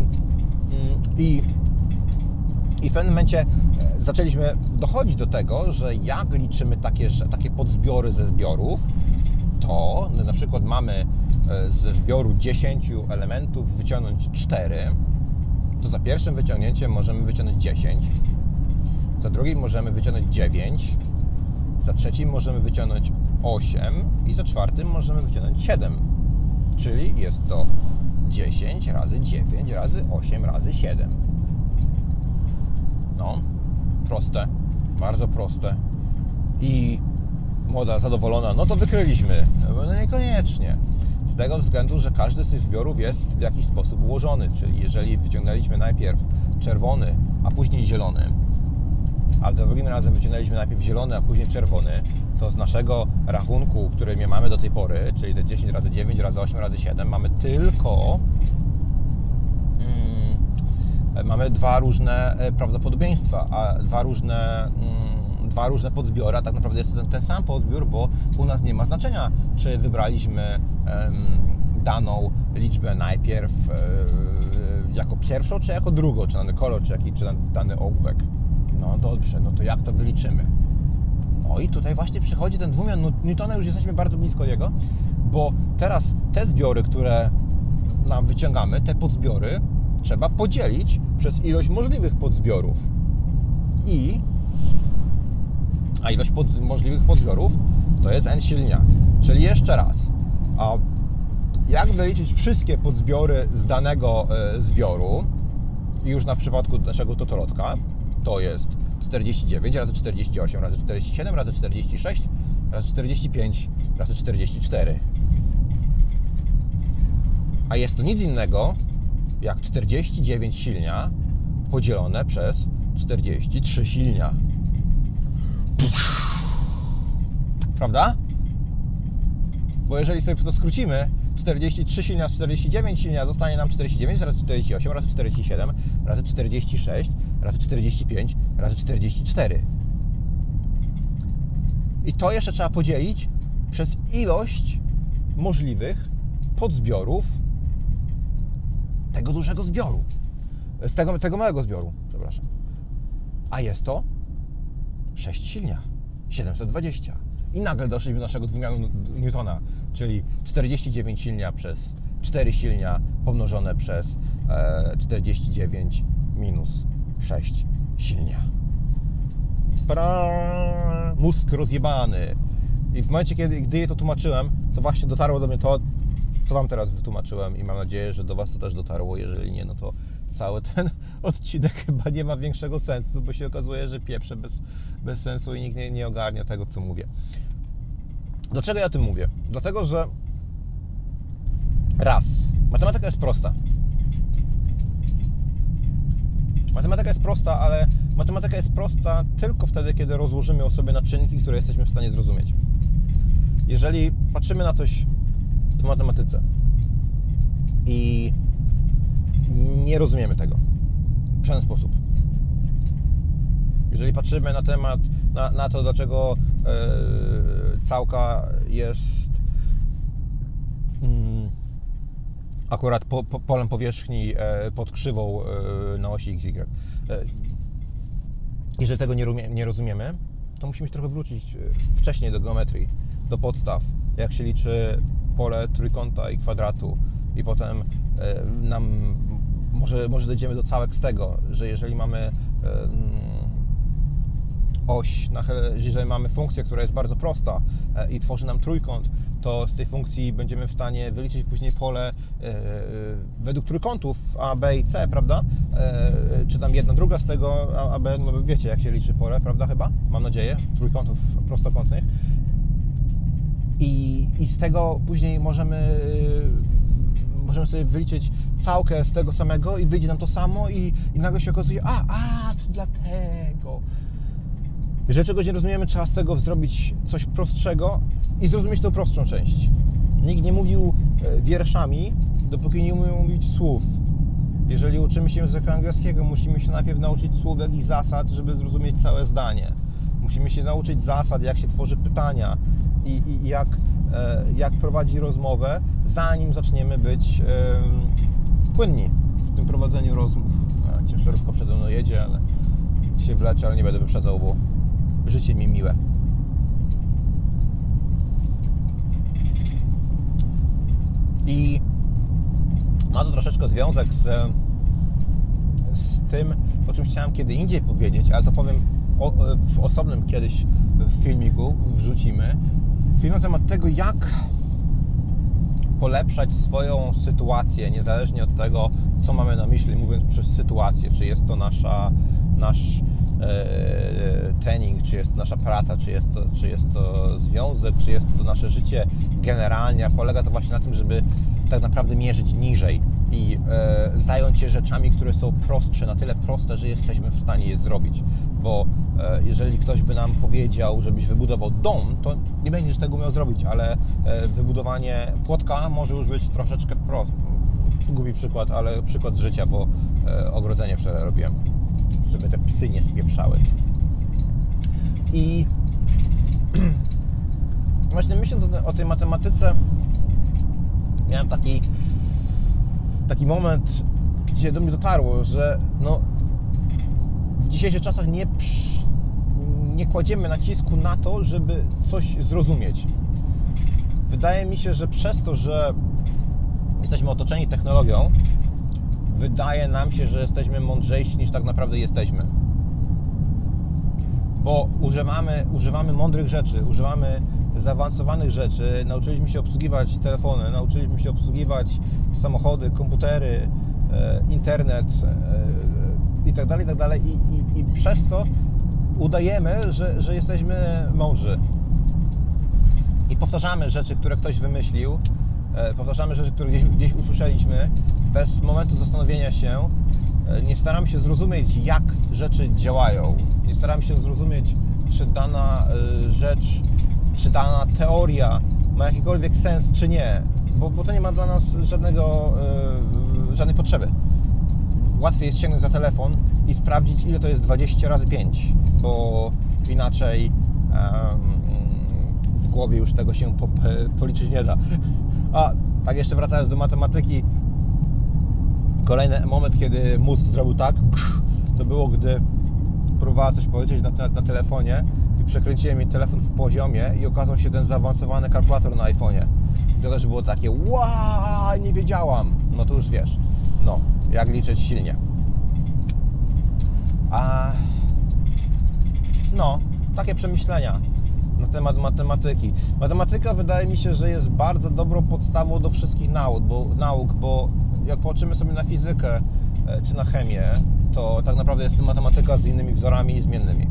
i w pewnym momencie zaczęliśmy dochodzić do tego, że jak liczymy takie podzbiory ze zbiorów, to na przykład mamy ze zbioru 10 elementów wyciągnąć 4, to za pierwszym wyciągnięciem możemy wyciągnąć 10, za drugim możemy wyciągnąć 9, za trzecim możemy wyciągnąć 8 i za czwartym możemy wyciągnąć 7. Czyli jest to 10 razy 9 razy 8 razy 7. No, proste, bardzo proste. I młoda zadowolona, no to wykryliśmy. No niekoniecznie. Z tego względu, że każdy z tych zbiorów jest w jakiś sposób ułożony. Czyli jeżeli wyciągnęliśmy najpierw czerwony, a później zielony, a za drugim razem wyciągnęliśmy najpierw zielony, a później czerwony, to z naszego rachunku, który mamy do tej pory, czyli te 10 razy 9 razy 8 razy 7, mamy tylko mamy 2 różne prawdopodobieństwa, a dwa różne podzbiory, a tak naprawdę jest to ten sam podzbiór, bo u nas nie ma znaczenia, czy wybraliśmy daną liczbę najpierw jako pierwszą, czy jako drugą, czy dany kolor, czy dany ołówek. No dobrze, no to jak to wyliczymy? No i tutaj właśnie przychodzi ten dwumiar Newtona, już jesteśmy bardzo blisko jego, bo teraz te zbiory, które nam wyciągamy, te podzbiory, trzeba podzielić przez ilość możliwych podzbiorów. A ilość możliwych podzbiorów to jest n silnia. Czyli jeszcze raz, a jak wyliczyć wszystkie podzbiory z danego zbioru, i już w przypadku naszego totolotka, to jest 49 razy 48 razy 47 razy 46 razy 45 razy 44. A jest to nic innego jak 49 silnia podzielone przez 43 silnia. Prawda? Bo jeżeli sobie to skrócimy, 43 silnia z 49 silnia zostanie nam 49 razy 48 razy 47 razy 46 razy 45 razy 44. I to jeszcze trzeba podzielić przez ilość możliwych podzbiorów tego dużego zbioru. Z tego małego zbioru, przepraszam. A jest to 6 silnia, 720. I nagle doszliśmy do naszego dwumiaru Newtona, czyli 49 silnia przez 4 silnia pomnożone przez 49 minus 6 silnia. Mózg rozjebany. I w momencie, gdy je to tłumaczyłem, to właśnie dotarło do mnie to, co Wam teraz wytłumaczyłem i mam nadzieję, że do Was to też dotarło. Jeżeli nie, no to cały ten odcinek chyba nie ma większego sensu, bo się okazuje, że pieprzę bez sensu i nikt nie ogarnia tego, co mówię. Dlaczego ja o tym mówię? Dlatego, że raz, matematyka jest prosta. Matematyka jest prosta, ale matematyka jest prosta tylko wtedy, kiedy rozłożymy ją sobie na czynniki, które jesteśmy w stanie zrozumieć. Jeżeli patrzymy na coś w matematyce i nie rozumiemy tego w żaden sposób. Jeżeli patrzymy na to, dlaczego całka jest akurat polem powierzchni pod krzywą na osi XY. Jeżeli tego nie rozumiemy, to musimy się trochę wrócić wcześniej do geometrii, do podstaw, jak się liczy pole trójkąta i kwadratu i potem nam może dojdziemy do całek z tego, że jeżeli mamy oś, jeżeli mamy funkcję, która jest bardzo prosta i tworzy nam trójkąt, to z tej funkcji będziemy w stanie wyliczyć później pole według trójkątów A, B i C, prawda? Czy tam jedna, druga z tego A, B, no wiecie jak się liczy pole, prawda chyba? Mam nadzieję, trójkątów prostokątnych. I z tego później możemy sobie wyliczyć całkę z tego samego i wyjdzie nam to samo i nagle się okazuje, to dlatego. Jeżeli czegoś nie rozumiemy, trzeba z tego zrobić coś prostszego i zrozumieć tę prostszą część. Nikt nie mówił wierszami, dopóki nie umiał mówić słów. Jeżeli uczymy się języka angielskiego, musimy się najpierw nauczyć słówek i zasad, żeby zrozumieć całe zdanie. Musimy się nauczyć zasad, jak się tworzy pytania i jak prowadzi rozmowę, zanim zaczniemy być płynni w tym prowadzeniu rozmów. Ciężarówka przede mną jedzie, ale się wlecze, ale nie będę wyprzedzał, bo życie mi miłe. I ma to troszeczkę związek z tym, o czym chciałem kiedy indziej powiedzieć, ale to powiem w osobnym kiedyś filmiku, wrzucimy. Film na temat tego, jak polepszać swoją sytuację, niezależnie od tego, co mamy na myśli, mówiąc przez sytuację, czy jest to nasz trening, czy jest to nasza praca, czy jest to związek, czy jest to nasze życie generalnie, a polega to właśnie na tym, żeby tak naprawdę mierzyć niżej i zająć się rzeczami, które są prostsze, na tyle proste, że jesteśmy w stanie je zrobić, bo jeżeli ktoś by nam powiedział, żebyś wybudował dom, to nie będziesz tego umiał zrobić, ale wybudowanie płotka może już być troszeczkę proste. Głupi przykład, ale przykład z życia, bo ogrodzenie wczoraj robiłem, żeby te psy nie spieprzały. I właśnie myśląc o tej matematyce, miałem taki moment, gdzie do mnie dotarło, że w dzisiejszych czasach nie kładziemy nacisku na to, żeby coś zrozumieć. Wydaje mi się, że przez to, że jesteśmy otoczeni technologią, wydaje nam się, że jesteśmy mądrzejsi niż tak naprawdę jesteśmy. Bo używamy mądrych rzeczy, używamy zaawansowanych rzeczy, nauczyliśmy się obsługiwać telefony, nauczyliśmy się obsługiwać samochody, komputery, internet itd. I przez to udajemy, że jesteśmy mądrzy. I powtarzamy rzeczy, które ktoś wymyślił powtarzamy rzeczy, które gdzieś usłyszeliśmy, bez momentu zastanowienia się. Nie staramy się zrozumieć, jak rzeczy działają. Nie staramy się zrozumieć, czy dana rzecz, czy dana teoria ma jakikolwiek sens, czy nie. Bo to nie ma dla nas żadnej potrzeby. Łatwiej jest sięgnąć za telefon i sprawdzić, ile to jest 20 razy 5, bo inaczej w głowie już tego się policzyć nie da. A tak jeszcze wracając do matematyki, kolejny moment, kiedy mózg zrobił tak, to było, gdy próbowała coś powiedzieć na telefonie i przekręciłem jej telefon w poziomie i okazał się ten zaawansowany kalkulator na iPhone'ie. To też było takie, wow, nie wiedziałam. No to już wiesz, jak liczyć silnie. Takie przemyślenia na temat matematyki. Matematyka wydaje mi się, że jest bardzo dobrą podstawą do wszystkich nauk, bo jak popatrzymy sobie na fizykę czy na chemię, to tak naprawdę jest to matematyka z innymi wzorami i zmiennymi.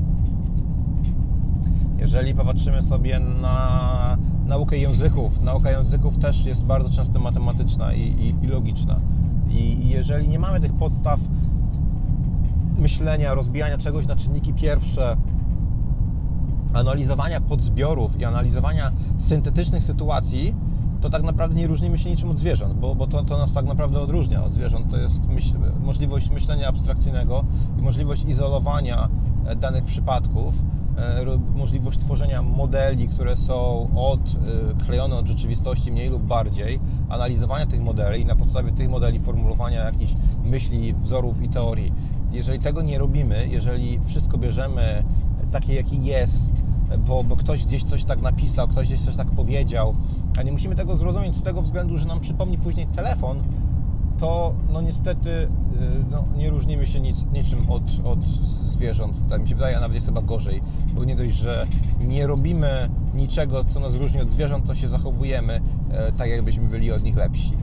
Jeżeli popatrzymy sobie na naukę języków, nauka języków też jest bardzo często matematyczna i logiczna. I jeżeli nie mamy tych podstaw myślenia, rozbijania czegoś na czynniki pierwsze, analizowania podzbiorów i analizowania syntetycznych sytuacji, to tak naprawdę nie różnimy się niczym od zwierząt, bo to nas tak naprawdę odróżnia od zwierząt. To jest możliwość myślenia abstrakcyjnego i możliwość izolowania danych przypadków, możliwość tworzenia modeli, które są odklejone od rzeczywistości mniej lub bardziej, analizowania tych modeli i na podstawie tych modeli formułowania jakichś myśli, wzorów i teorii. Jeżeli tego nie robimy, jeżeli wszystko bierzemy takie, jaki jest, bo ktoś gdzieś coś tak napisał, ktoś gdzieś coś tak powiedział, a nie musimy tego zrozumieć z tego względu, że nam przypomni później telefon, to niestety nie różnimy się niczym od zwierząt. Tak mi się wydaje, a nawet jest chyba gorzej, bo nie dość, że nie robimy niczego, co nas różni od zwierząt, to się zachowujemy tak, jakbyśmy byli od nich lepsi.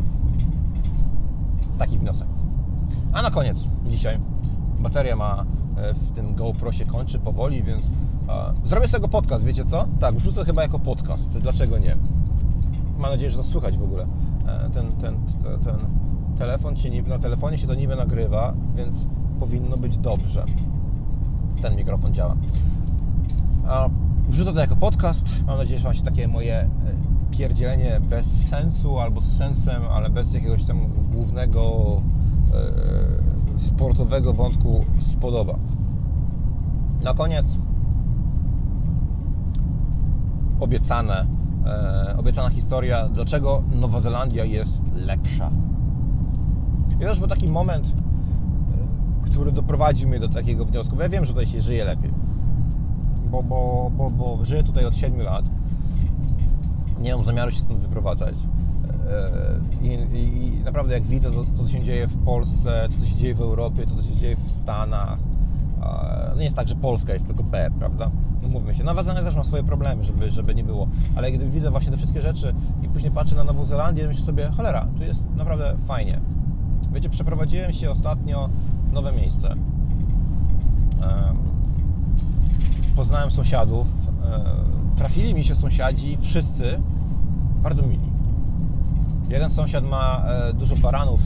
Taki wniosek. A na koniec dzisiaj bateria w tym GoPro się kończy powoli, więc zrobię z tego podcast, wiecie co? Tak, wrzucę chyba jako podcast, dlaczego nie? Mam nadzieję, że to słychać w ogóle. Ten telefon na telefonie się to niby nagrywa, więc powinno być dobrze. Ten mikrofon działa. Wrzucę to jako podcast. Mam nadzieję, że Wam się takie moje pierdzielenie bez sensu albo z sensem, ale bez jakiegoś tam głównego sportowego wątku spodoba. Na koniec obiecana historia, dlaczego Nowa Zelandia jest lepsza. I to już był taki moment, który doprowadził mnie do takiego wniosku, bo ja wiem, że tutaj się żyje lepiej, bo żyję tutaj od 7 lat, nie mam zamiaru się stąd wyprowadzać i naprawdę jak widzę to, co się dzieje w Polsce, to, co się dzieje w Europie, to, co się dzieje w Stanach, nie jest tak, że Polska jest tylko B, prawda? No mówmy się, Nowa Zelandia też ma swoje problemy, żeby nie było, ale gdy widzę właśnie te wszystkie rzeczy i później patrzę na Nową Zelandię, myślę sobie, cholera, tu jest naprawdę fajnie. Wiecie, przeprowadziłem się ostatnio w nowe miejsce. Poznałem sąsiadów. Trafili mi się sąsiadzi, wszyscy bardzo mili. Jeden sąsiad ma dużo baranów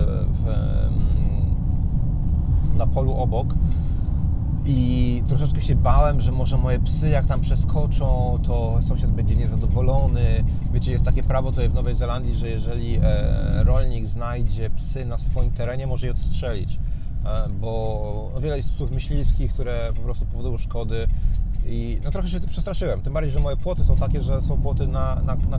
na polu obok i troszeczkę się bałem, że może moje psy jak tam przeskoczą, to sąsiad będzie niezadowolony. Wiecie, jest takie prawo tutaj w Nowej Zelandii, że jeżeli rolnik znajdzie psy na swoim terenie, może je odstrzelić, bo wiele jest psów myśliwskich, które po prostu powodują szkody i trochę się przestraszyłem, tym bardziej, że moje płoty są takie, że są płoty na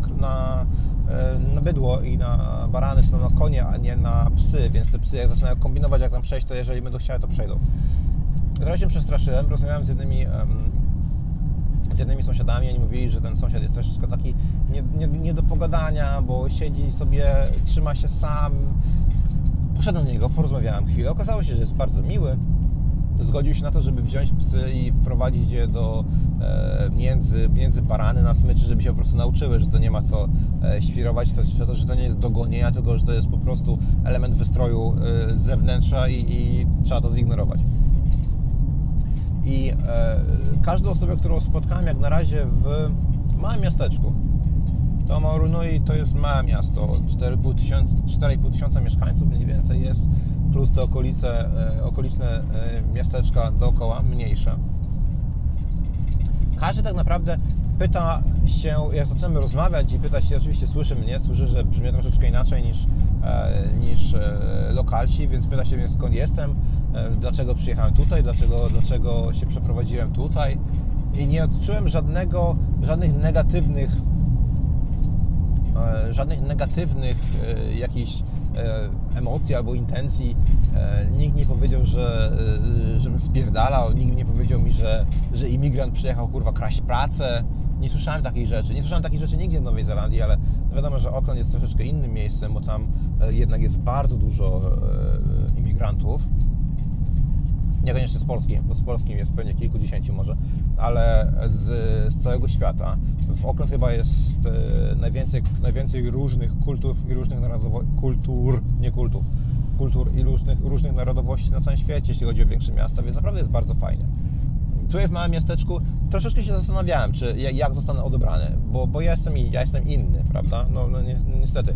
bydło i na barany, czy na konie, a nie na psy, więc te psy jak zaczynają kombinować, jak tam przejść, to jeżeli będą chciały, to przejdą. Trochę się przestraszyłem, rozmawiałem z jednymi sąsiadami, oni mówili, że ten sąsiad jest troszeczkę taki nie do pogadania, bo siedzi sobie, trzyma się sam. Poszedłem do niego, porozmawiałem chwilę, okazało się, że jest bardzo miły. Zgodził się na to, żeby wziąć psy i wprowadzić je między barany na smyczy, żeby się po prostu nauczyły, że to nie ma co świrować, że to nie jest do gonienia, tylko że to jest po prostu element wystroju z zewnętrza i trzeba to zignorować. I każdą osobę, którą spotkałem jak na razie w małym miasteczku, To Maurunui to jest małe miasto, 4,5 tysiąca mieszkańców mniej więcej jest, plus te okoliczne miasteczka dookoła, mniejsze. Każdy tak naprawdę pyta się, jak zaczynamy rozmawiać i pyta się, oczywiście słyszy mnie, słyszy, że brzmię troszeczkę inaczej niż lokalsi, więc pyta się mnie, skąd jestem, dlaczego przyjechałem tutaj, dlaczego się przeprowadziłem tutaj i nie odczułem żadnych negatywnych jakichś emocji albo intencji. Nikt nie powiedział, żebym spierdalał, nikt nie powiedział mi, że imigrant przyjechał kraść pracę. Nie słyszałem takich rzeczy. Nie słyszałem takich rzeczy nigdzie w Nowej Zelandii, ale wiadomo, że Auckland jest troszeczkę innym miejscem, bo tam jednak jest bardzo dużo imigrantów. Niekoniecznie z Polski, bo z polskim jest pewnie kilkudziesięciu może, ale z całego świata. W Auckland chyba jest najwięcej różnych kultur i różnych różnych narodowości na całym świecie, jeśli chodzi o większe miasta, więc naprawdę jest bardzo fajnie. Tutaj w małym miasteczku troszeczkę się zastanawiałem, jak zostanę odebrany, bo ja jestem inny, prawda? No niestety.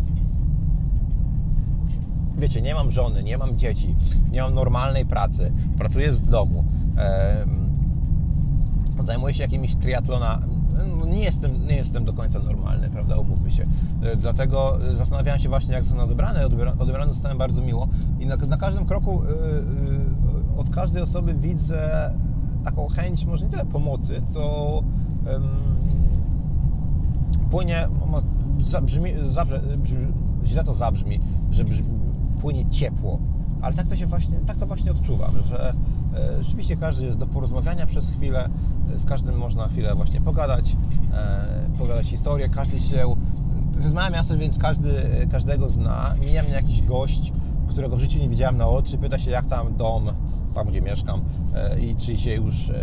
Wiecie, nie mam żony, nie mam dzieci, nie mam normalnej pracy, pracuję z domu, zajmuję się jakimiś triatlonami, nie jestem do końca normalny, prawda, umówmy się. Dlatego zastanawiałem się właśnie, jak zostanę odebrany zostałem bardzo miło i na każdym kroku od każdej osoby widzę taką chęć, może nie tyle pomocy, co płynie, źle to zabrzmi, że płynie ciepło, ale tak to właśnie odczuwam, że rzeczywiście każdy jest do porozmawiania przez chwilę, z każdym można chwilę właśnie pogadać historię, każdy się, to jest małe miasto, więc każdego zna, mija mnie jakiś gość, którego w życiu nie widziałem na oczy, pyta się, jak tam dom, tam gdzie mieszkam i czy się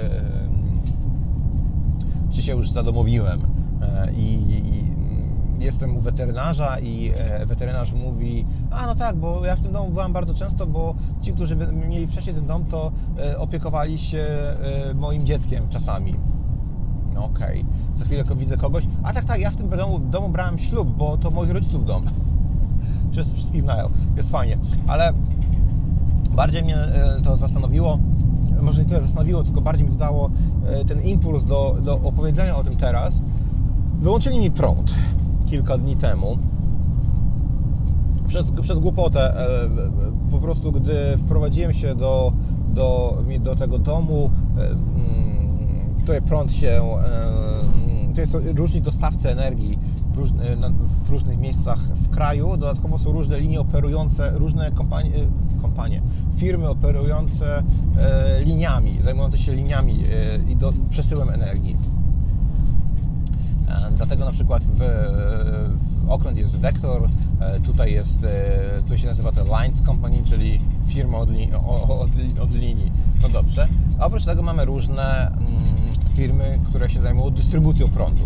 już zadomowiłem i jestem u weterynarza i weterynarz mówi, no tak, bo ja w tym domu byłam bardzo często, bo ci, którzy mieli wcześniej ten dom, to opiekowali się moim dzieckiem czasami. No okej. Za chwilę widzę kogoś, tak, ja w tym domu brałem ślub, bo to moich rodziców dom. Wszyscy wszystkich znają, jest fajnie, ale bardziej mnie to zastanowiło, może nie tyle zastanowiło, tylko bardziej mi dodało ten impuls do opowiedzenia o tym teraz. Wyłączyli mi prąd kilka dni temu przez głupotę. Po prostu gdy wprowadziłem się do tego domu, tutaj prąd się, to jest różni dostawcy energii w różnych miejscach w kraju. Dodatkowo są różne linie operujące, różne firmy operujące liniami, zajmujące się liniami i przesyłem energii. Dlatego na przykład w Auckland jest Vector, tutaj się nazywa to Lines Company, czyli firma od linii. No dobrze. A oprócz tego mamy różne firmy, które się zajmują dystrybucją prądu.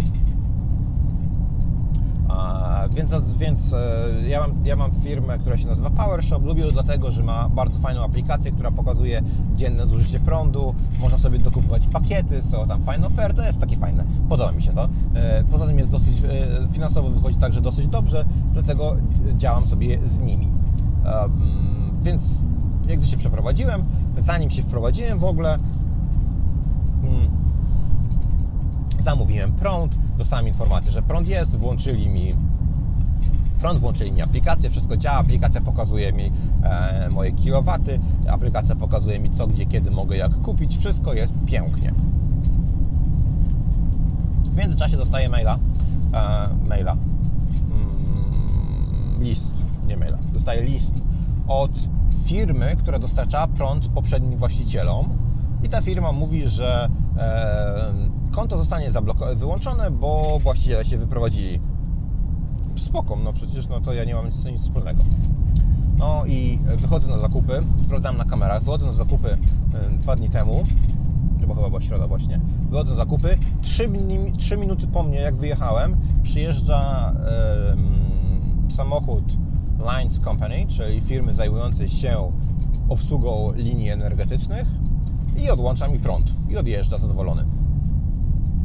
Więc ja mam firmę, która się nazywa PowerShop. Lubię ją dlatego, że ma bardzo fajną aplikację, która pokazuje dzienne zużycie prądu. Można sobie dokupować pakiety, są tam fajne oferty, jest takie fajne. Podoba mi się to. Poza tym jest dosyć finansowo wychodzi także dosyć dobrze, dlatego działam sobie z nimi. Więc gdy się przeprowadziłem, zanim się wprowadziłem w ogóle, zamówiłem prąd, dostałem informację, że prąd jest, włączyli mi aplikację, wszystko działa, aplikacja pokazuje mi moje kilowaty, aplikacja pokazuje mi co, gdzie, kiedy mogę, jak kupić, wszystko jest pięknie. W międzyczasie dostaję dostaję list od firmy, która dostarczała prąd poprzednim właścicielom i ta firma mówi, że konto zostanie wyłączone, bo właściciele się wyprowadzili. Spoko, no przecież to ja nie mam nic wspólnego. No i wychodzę na zakupy, sprawdzałem na kamerach, wychodzę na zakupy 2 dni temu, bo chyba była środa właśnie, wychodzę na zakupy, 3 minuty po mnie, jak wyjechałem, przyjeżdża samochód Lines Company, czyli firmy zajmującej się obsługą linii energetycznych i odłącza mi prąd i odjeżdża zadowolony.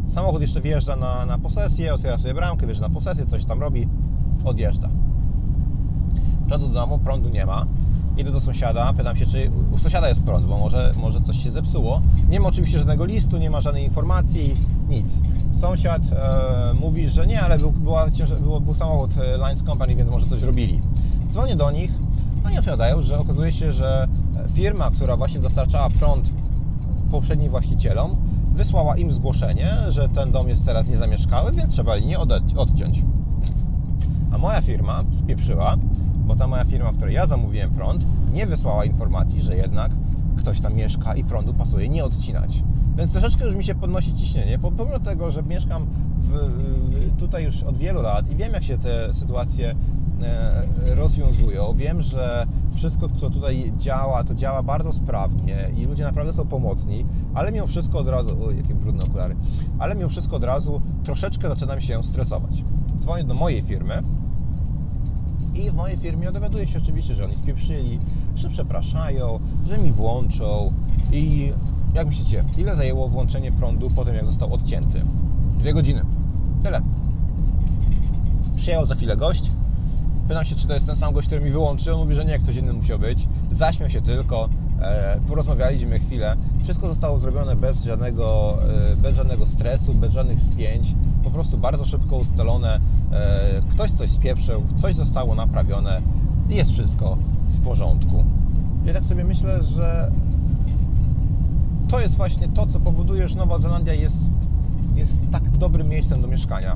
Samochód jeszcze wjeżdża na posesję, otwiera sobie bramkę, wjeżdża na posesję, coś tam robi, odjeżdża. Przychodzę do domu, prądu nie ma. Idę do sąsiada, pytam się, czy u sąsiada jest prąd, bo może coś się zepsuło. Nie ma oczywiście żadnego listu, nie ma żadnej informacji, nic. Sąsiad mówi, że nie, ale był samochód Lines Company, więc może coś robili. Dzwonię do nich, oni odpowiadają, że okazuje się, że firma, która właśnie dostarczała prąd poprzednim właścicielom, wysłała im zgłoszenie, że ten dom jest teraz niezamieszkały, więc trzeba linię odciąć. A moja firma spieprzyła, bo ta moja firma, w której ja zamówiłem prąd, nie wysłała informacji, że jednak ktoś tam mieszka i prądu pasuje nie odcinać. Więc troszeczkę już mi się podnosi ciśnienie, pomimo tego, że mieszkam tutaj już od wielu lat i wiem, jak się te sytuacje rozwiązują. Wiem, że wszystko, co tutaj działa, to działa bardzo sprawnie i ludzie naprawdę są pomocni, ale mimo wszystko od razu, jakie brudne okulary, ale mimo wszystko od razu troszeczkę zaczynam się stresować. Dzwonię do mojej firmy i w mojej firmie dowiaduję się oczywiście, że oni spieprzyli, że przepraszają, że mi włączą i jak myślicie, ile zajęło włączenie prądu po tym, jak został odcięty? 2 godziny. Tyle. Przyjechał za chwilę gość. Pytam się, czy to jest ten sam gość, który mi wyłączył. On mówi, że nie, ktoś inny musiał być. Zaśmiał się tylko. Porozmawialiśmy chwilę. Wszystko zostało zrobione bez żadnego stresu, bez żadnych spięć. Po prostu bardzo szybko ustalone. Ktoś coś spieprzył, coś zostało naprawione i jest wszystko w porządku. I tak sobie myślę, że to jest właśnie to, co powoduje, że Nowa Zelandia jest tak dobrym miejscem do mieszkania.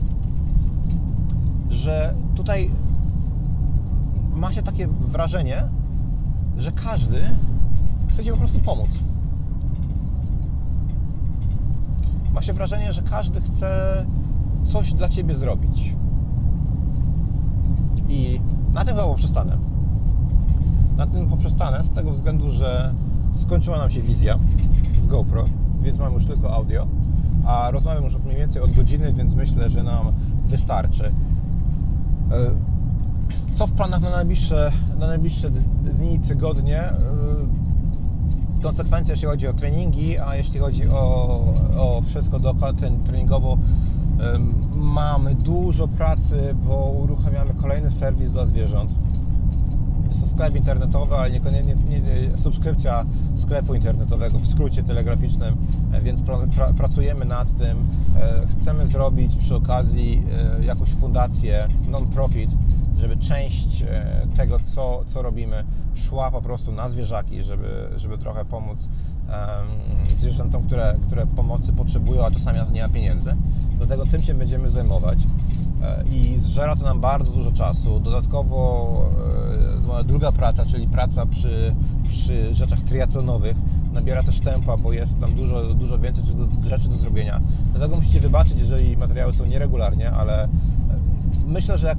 Że tutaj ma się takie wrażenie, że każdy chce Ci po prostu pomóc. Ma się wrażenie, że każdy chce coś dla Ciebie zrobić. I na tym chyba poprzestanę. Na tym poprzestanę z tego względu, że skończyła nam się wizja z GoPro, więc mam już tylko audio, a rozmawiam już mniej więcej od godziny, więc myślę, że nam wystarczy. Co w planach na najbliższe dni, tygodnie? Konsekwencja, jeśli chodzi o treningi, a jeśli chodzi o wszystko dookoła treningowo, mamy dużo pracy, bo uruchamiamy kolejny serwis dla zwierząt. Jest to sklep internetowy, ale niekoniecznie subskrypcja sklepu internetowego, w skrócie telegraficznym, więc pracujemy nad tym. Chcemy zrobić przy okazji jakąś fundację, non-profit, żeby część tego, co robimy, szła po prostu na zwierzaki, żeby trochę pomóc zwierzętom, które pomocy potrzebują, a czasami na to nie ma pieniędzy. Dlatego tym się będziemy zajmować i zżera to nam bardzo dużo czasu. Dodatkowo moja druga praca, czyli praca przy rzeczach triatlonowych, nabiera też tempa, bo jest tam dużo więcej rzeczy do zrobienia. Dlatego musicie wybaczyć, jeżeli materiały są nieregularnie, ale myślę, że jak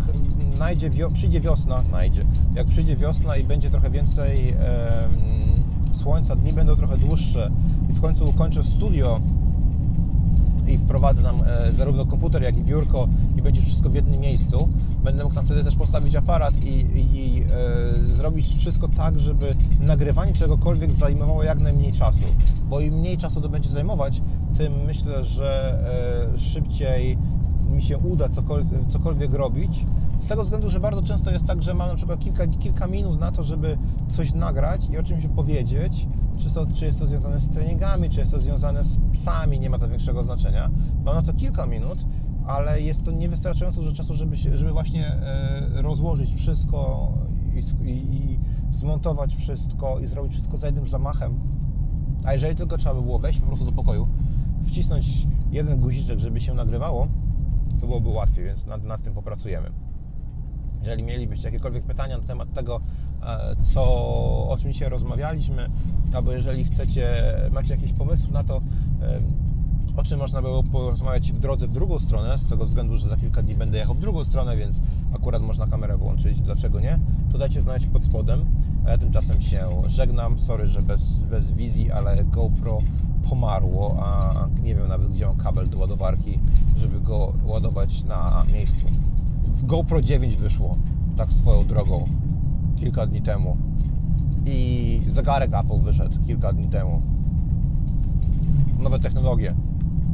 przyjdzie wiosna i będzie trochę więcej słońca, dni będą trochę dłuższe i w końcu ukończę studio i wprowadzę nam zarówno komputer, jak i biurko i będzie wszystko w jednym miejscu, będę mógł tam wtedy też postawić aparat i zrobić wszystko tak, żeby nagrywanie czegokolwiek zajmowało jak najmniej czasu, bo im mniej czasu to będzie zajmować, tym myślę, że szybciej mi się uda cokolwiek robić, z tego względu, że bardzo często jest tak, że mam na przykład kilka minut na to, żeby coś nagrać i o czymś opowiedzieć, czy jest to związane z treningami, czy jest to związane z psami, nie ma to większego znaczenia. Mam na to kilka minut, ale jest to niewystarczająco dużo czasu, żeby właśnie rozłożyć wszystko i zmontować wszystko i zrobić wszystko za jednym zamachem. A jeżeli tylko trzeba by było wejść po prostu do pokoju, wcisnąć jeden guziczek, żeby się nagrywało, to byłoby łatwiej, więc nad tym popracujemy. Jeżeli mielibyście jakiekolwiek pytania na temat tego, o czym dzisiaj rozmawialiśmy, albo jeżeli macie jakieś pomysły na to, o czym można było porozmawiać w drodze w drugą stronę, z tego względu, że za kilka dni będę jechał w drugą stronę, więc akurat można kamerę włączyć, dlaczego nie, to dajcie znać pod spodem, a ja tymczasem się żegnam, sorry, że bez wizji, ale GoPro pomarło, a nie wiem nawet, gdzie mam kabel do ładowarki, żeby go ładować na miejscu. GoPro 9 wyszło, tak swoją drogą, kilka dni temu i zegarek Apple wyszedł kilka dni temu. Nowe technologie.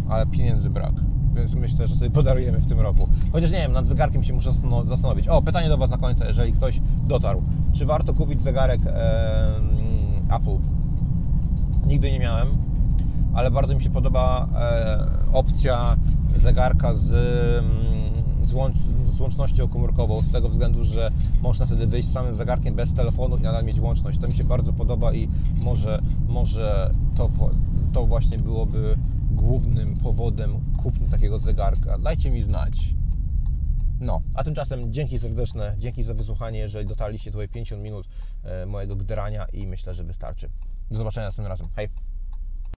ale pieniędzy brak. Więc myślę, że sobie podarujemy w tym roku. Chociaż nie wiem, nad zegarkiem się muszę zastanowić. O, pytanie do Was na końcu, jeżeli ktoś dotarł. Czy warto kupić zegarek Apple? Nigdy nie miałem, ale bardzo mi się podoba opcja zegarka z łącznością komórkową, z tego względu, że można wtedy wyjść z samym zegarkiem bez telefonu i nadal mieć łączność. To mi się bardzo podoba i może to właśnie byłoby głównym powodem kupna takiego zegarka. Dajcie mi znać. No, a tymczasem dzięki serdeczne, dzięki za wysłuchanie, jeżeli dotarliście tutaj 50 minut mojego gdrania i myślę, że wystarczy. Do zobaczenia następnym razem. Hej!